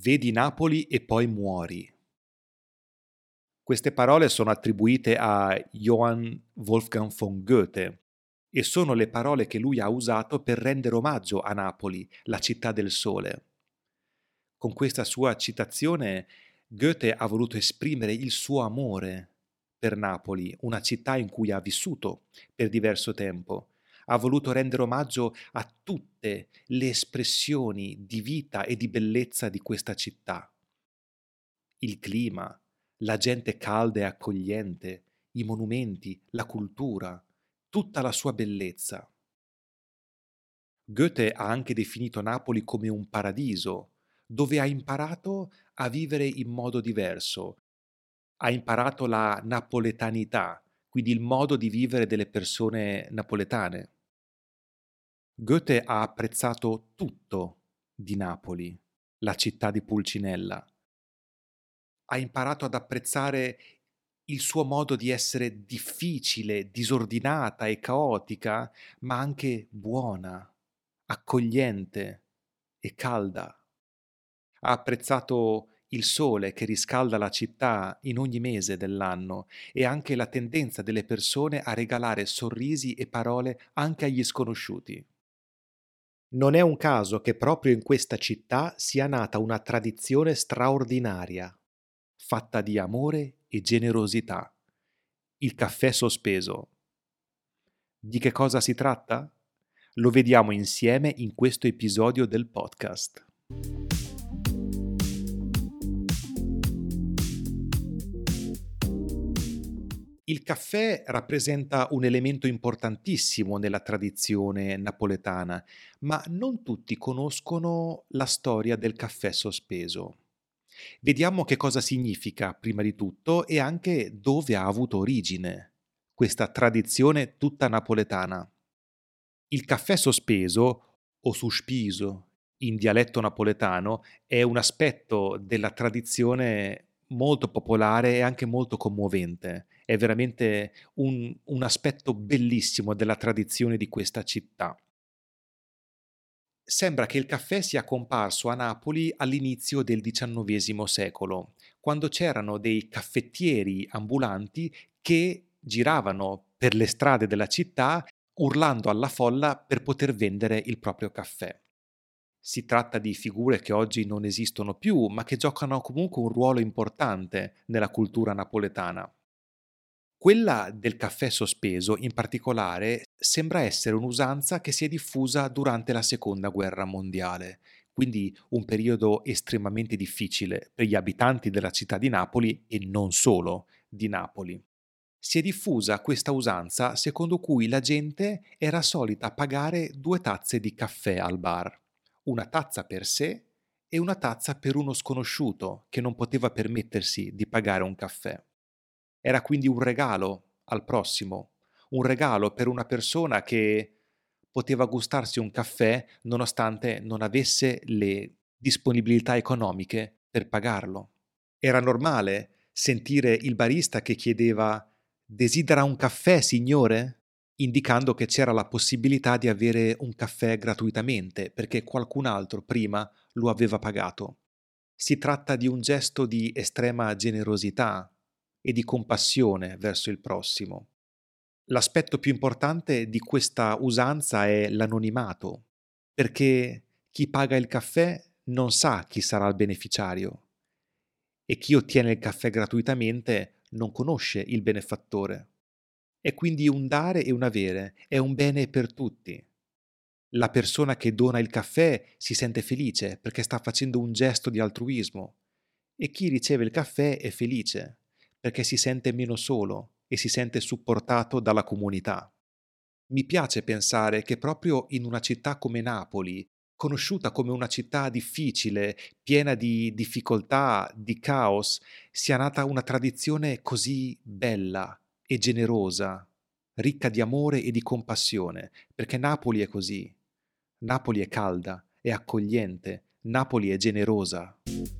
Vedi Napoli e poi muori. Queste parole sono attribuite a Johann Wolfgang von Goethe e sono le parole che lui ha usato per rendere omaggio a Napoli, la città del sole. Con questa sua citazione, Goethe ha voluto esprimere il suo amore per Napoli, una città in cui ha vissuto per diverso tempo. Ha voluto rendere omaggio a tutte le espressioni di vita e di bellezza di questa città. Il clima, la gente calda e accogliente, i monumenti, la cultura, tutta la sua bellezza. Goethe ha anche definito Napoli come un paradiso, dove ha imparato a vivere in modo diverso. Ha imparato la napoletanità, quindi il modo di vivere delle persone napoletane. Goethe ha apprezzato tutto di Napoli, la città di Pulcinella. Ha imparato ad apprezzare il suo modo di essere difficile, disordinata e caotica, ma anche buona, accogliente e calda. Ha apprezzato il sole che riscalda la città in ogni mese dell'anno e anche la tendenza delle persone a regalare sorrisi e parole anche agli sconosciuti. Non è un caso che proprio in questa città sia nata una tradizione straordinaria, fatta di amore e generosità. Il caffè sospeso. Di che cosa si tratta? Lo vediamo insieme in questo episodio del podcast. Il caffè rappresenta un elemento importantissimo nella tradizione napoletana, ma non tutti conoscono la storia del caffè sospeso. Vediamo che cosa significa prima di tutto e anche dove ha avuto origine questa tradizione tutta napoletana. Il caffè sospeso, o suspiso in dialetto napoletano, è un aspetto della tradizione molto popolare e anche molto commovente. È veramente un aspetto bellissimo della tradizione di questa città. Sembra che il caffè sia comparso a Napoli all'inizio del XIX secolo, quando c'erano dei caffettieri ambulanti che giravano per le strade della città urlando alla folla per poter vendere il proprio caffè. Si tratta di figure che oggi non esistono più, ma che giocano comunque un ruolo importante nella cultura napoletana. Quella del caffè sospeso, in particolare, sembra essere un'usanza che si è diffusa durante la Seconda Guerra Mondiale, quindi un periodo estremamente difficile per gli abitanti della città di Napoli e non solo di Napoli. Si è diffusa questa usanza secondo cui la gente era solita pagare 2 tazze di caffè al bar, una tazza per sé e una tazza per uno sconosciuto che non poteva permettersi di pagare un caffè. Era quindi un regalo al prossimo, un regalo per una persona che poteva gustarsi un caffè nonostante non avesse le disponibilità economiche per pagarlo. Era normale sentire il barista che chiedeva «Desidera un caffè, signore?» indicando che c'era la possibilità di avere un caffè gratuitamente perché qualcun altro prima lo aveva pagato. Si tratta di un gesto di estrema generosità e di compassione verso il prossimo. L'aspetto più importante di questa usanza è l'anonimato, perché chi paga il caffè non sa chi sarà il beneficiario e chi ottiene il caffè gratuitamente non conosce il benefattore. È quindi un dare e un avere, è un bene per tutti. La persona che dona il caffè si sente felice perché sta facendo un gesto di altruismo e chi riceve il caffè è felice perché si sente meno solo e si sente supportato dalla comunità. Mi piace pensare che proprio in una città come Napoli, conosciuta come una città difficile, piena di difficoltà, di caos, sia nata una tradizione così bella e generosa, ricca di amore e di compassione, perché Napoli è così. Napoli è calda, è accogliente, Napoli è generosa.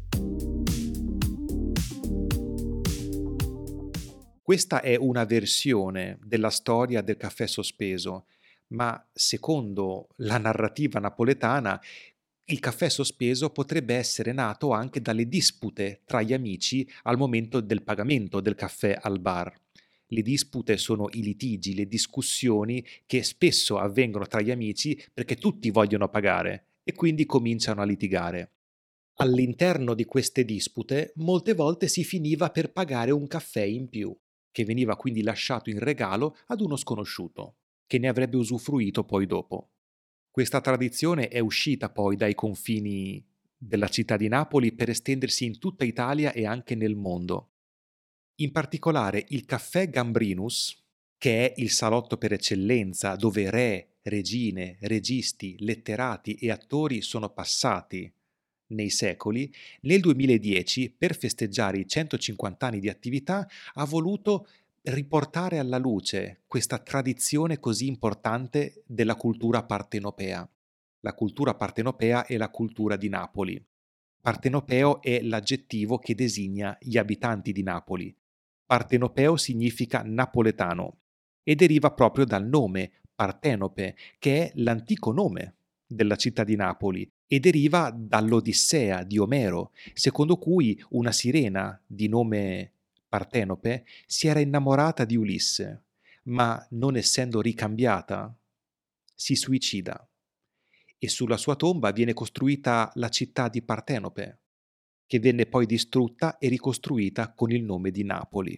Questa è una versione della storia del caffè sospeso, ma secondo la narrativa napoletana, Il caffè sospeso potrebbe essere nato anche dalle dispute tra gli amici al momento del pagamento del caffè al bar. Le dispute sono i litigi, le discussioni che spesso avvengono tra gli amici perché tutti vogliono pagare e quindi cominciano a litigare. All'interno di queste dispute molte volte si finiva per pagare un caffè in più, che veniva quindi lasciato in regalo ad uno sconosciuto, che ne avrebbe usufruito poi dopo. Questa tradizione è uscita poi dai confini della città di Napoli per estendersi in tutta Italia e anche nel mondo. In particolare il caffè Gambrinus, che è il salotto per eccellenza dove re, regine, registi, letterati e attori sono passati nei secoli, nel 2010, per festeggiare i 150 anni di attività, ha voluto riportare alla luce questa tradizione così importante della cultura partenopea. La cultura partenopea è la cultura di Napoli. Partenopeo è l'aggettivo che designa gli abitanti di Napoli. Partenopeo significa napoletano e deriva proprio dal nome Partenope, che è l'antico nome della città di Napoli e deriva dall'Odissea di Omero, secondo cui una sirena di nome Partenope si era innamorata di Ulisse, ma non essendo ricambiata, si suicida e sulla sua tomba viene costruita la città di Partenope, che venne poi distrutta e ricostruita con il nome di Napoli.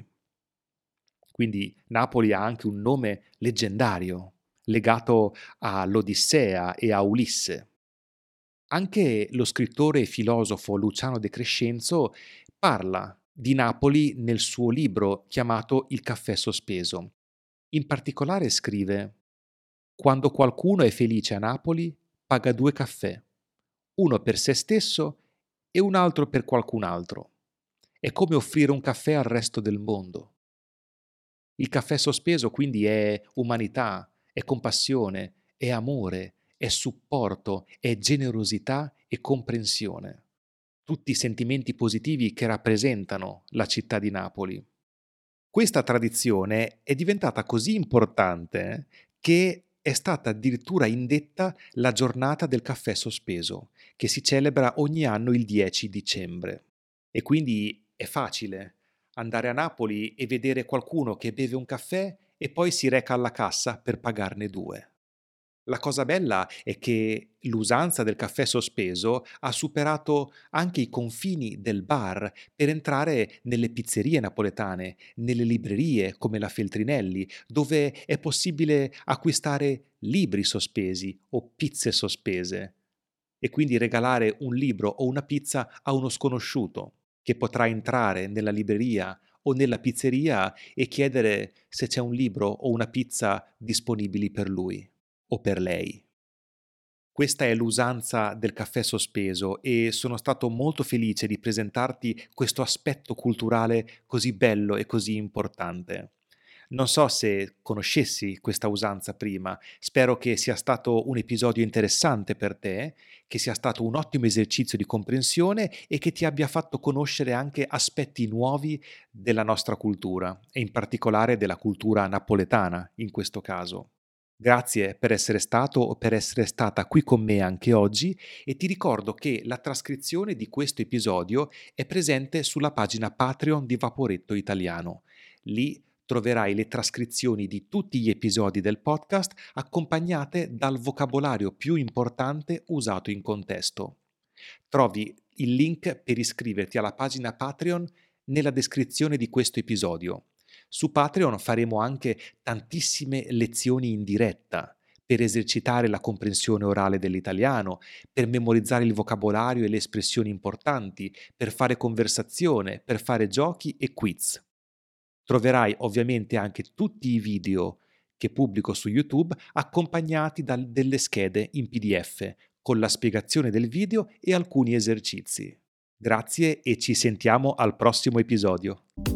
Quindi Napoli ha anche un nome leggendario, legato all'Odissea e a Ulisse. Anche lo scrittore e filosofo Luciano De Crescenzo parla di Napoli nel suo libro chiamato Il caffè sospeso. In particolare scrive: «Quando qualcuno è felice a Napoli, paga 2 caffè, uno per se stesso e un altro per qualcun altro. È come offrire un caffè al resto del mondo». Il caffè sospeso quindi è umanità, è compassione, è amore, è supporto, è generosità e comprensione. Tutti sentimenti positivi che rappresentano la città di Napoli. Questa tradizione è diventata così importante che è stata addirittura indetta la giornata del caffè sospeso, che si celebra ogni anno il 10 dicembre. E quindi è facile andare a Napoli e vedere qualcuno che beve un caffè e poi si reca alla cassa per pagarne 2. La cosa bella è che l'usanza del caffè sospeso ha superato anche i confini del bar per entrare nelle pizzerie napoletane, nelle librerie come la Feltrinelli, dove è possibile acquistare libri sospesi o pizze sospese e quindi regalare un libro o una pizza a uno sconosciuto che potrà entrare nella libreria o nella pizzeria e chiedere se c'è un libro o una pizza disponibili per lui o per lei. Questa è l'usanza del caffè sospeso e sono stato molto felice di presentarti questo aspetto culturale così bello e così importante. Non so se conoscessi questa usanza prima, spero che sia stato un episodio interessante per te, che sia stato un ottimo esercizio di comprensione e che ti abbia fatto conoscere anche aspetti nuovi della nostra cultura e in particolare della cultura napoletana in questo caso. Grazie per essere stato o per essere stata qui con me anche oggi e ti ricordo che la trascrizione di questo episodio è presente sulla pagina Patreon di Vaporetto Italiano. Lì troverai le trascrizioni di tutti gli episodi del podcast accompagnate dal vocabolario più importante usato in contesto. Trovi il link per iscriverti alla pagina Patreon nella descrizione di questo episodio. Su Patreon faremo anche tantissime lezioni in diretta per esercitare la comprensione orale dell'italiano, per memorizzare il vocabolario e le espressioni importanti, per fare conversazione, per fare giochi e quiz. Troverai ovviamente anche tutti i video che pubblico su YouTube accompagnati da delle schede in PDF con la spiegazione del video e alcuni esercizi. Grazie e ci sentiamo al prossimo episodio.